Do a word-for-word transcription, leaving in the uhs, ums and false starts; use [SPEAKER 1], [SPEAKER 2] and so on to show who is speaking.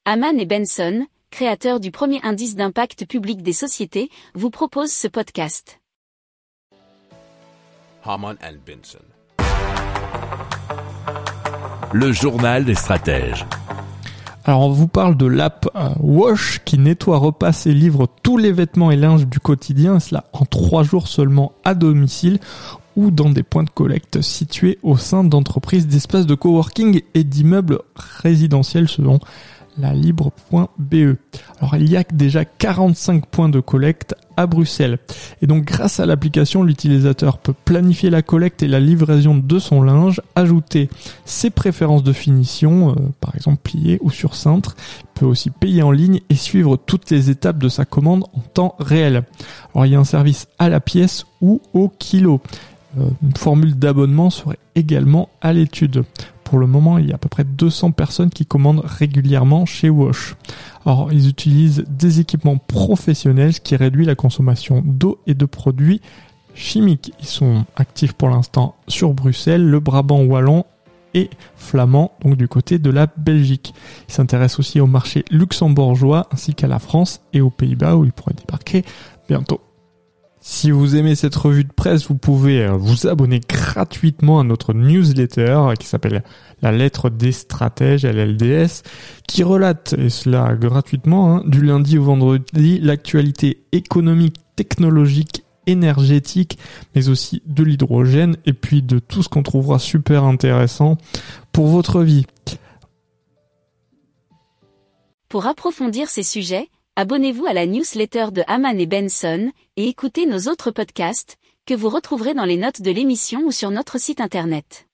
[SPEAKER 1] Haman et Benson, créateurs du premier indice d'impact public des sociétés, vous proposent ce podcast.
[SPEAKER 2] Haman and Benson.
[SPEAKER 3] Le journal des stratèges.
[SPEAKER 4] Alors on vous parle de l'app euh, Wash qui nettoie, repasse et livre tous les vêtements et linges du quotidien, et cela en trois jours seulement à domicile ou dans des points de collecte situés au sein d'entreprises, d'espaces de coworking et d'immeubles résidentiels selon la libre point b e. Alors il y a déjà quarante-cinq points de collecte à Bruxelles. Et donc grâce à l'application, l'utilisateur peut planifier la collecte et la livraison de son linge, ajouter ses préférences de finition, euh, par exemple plié ou sur cintre. Il peut aussi payer en ligne et suivre toutes les étapes de sa commande en temps réel. Alors il y a un service à la pièce ou au kilo. Euh, une formule d'abonnement serait également à l'étude. Pour le moment, il y a à peu près deux cents personnes qui commandent régulièrement chez Wash. Alors, ils utilisent des équipements professionnels, ce qui réduit la consommation d'eau et de produits chimiques. Ils sont actifs pour l'instant sur Bruxelles, le Brabant wallon et flamand, donc du côté de la Belgique. Ils s'intéressent aussi au marché luxembourgeois ainsi qu'à la France et aux Pays-Bas où ils pourraient débarquer bientôt. Si vous aimez cette revue de presse, vous pouvez vous abonner gratuitement à notre newsletter qui s'appelle La Lettre des Stratèges, L L D S, qui relate, et cela gratuitement, hein, du lundi au vendredi, l'actualité économique, technologique, énergétique, mais aussi de l'hydrogène et puis de tout ce qu'on trouvera super intéressant pour votre vie.
[SPEAKER 1] Pour approfondir ces sujets, abonnez-vous à la newsletter de Haman et Benson et écoutez nos autres podcasts que vous retrouverez dans les notes de l'émission ou sur notre site internet.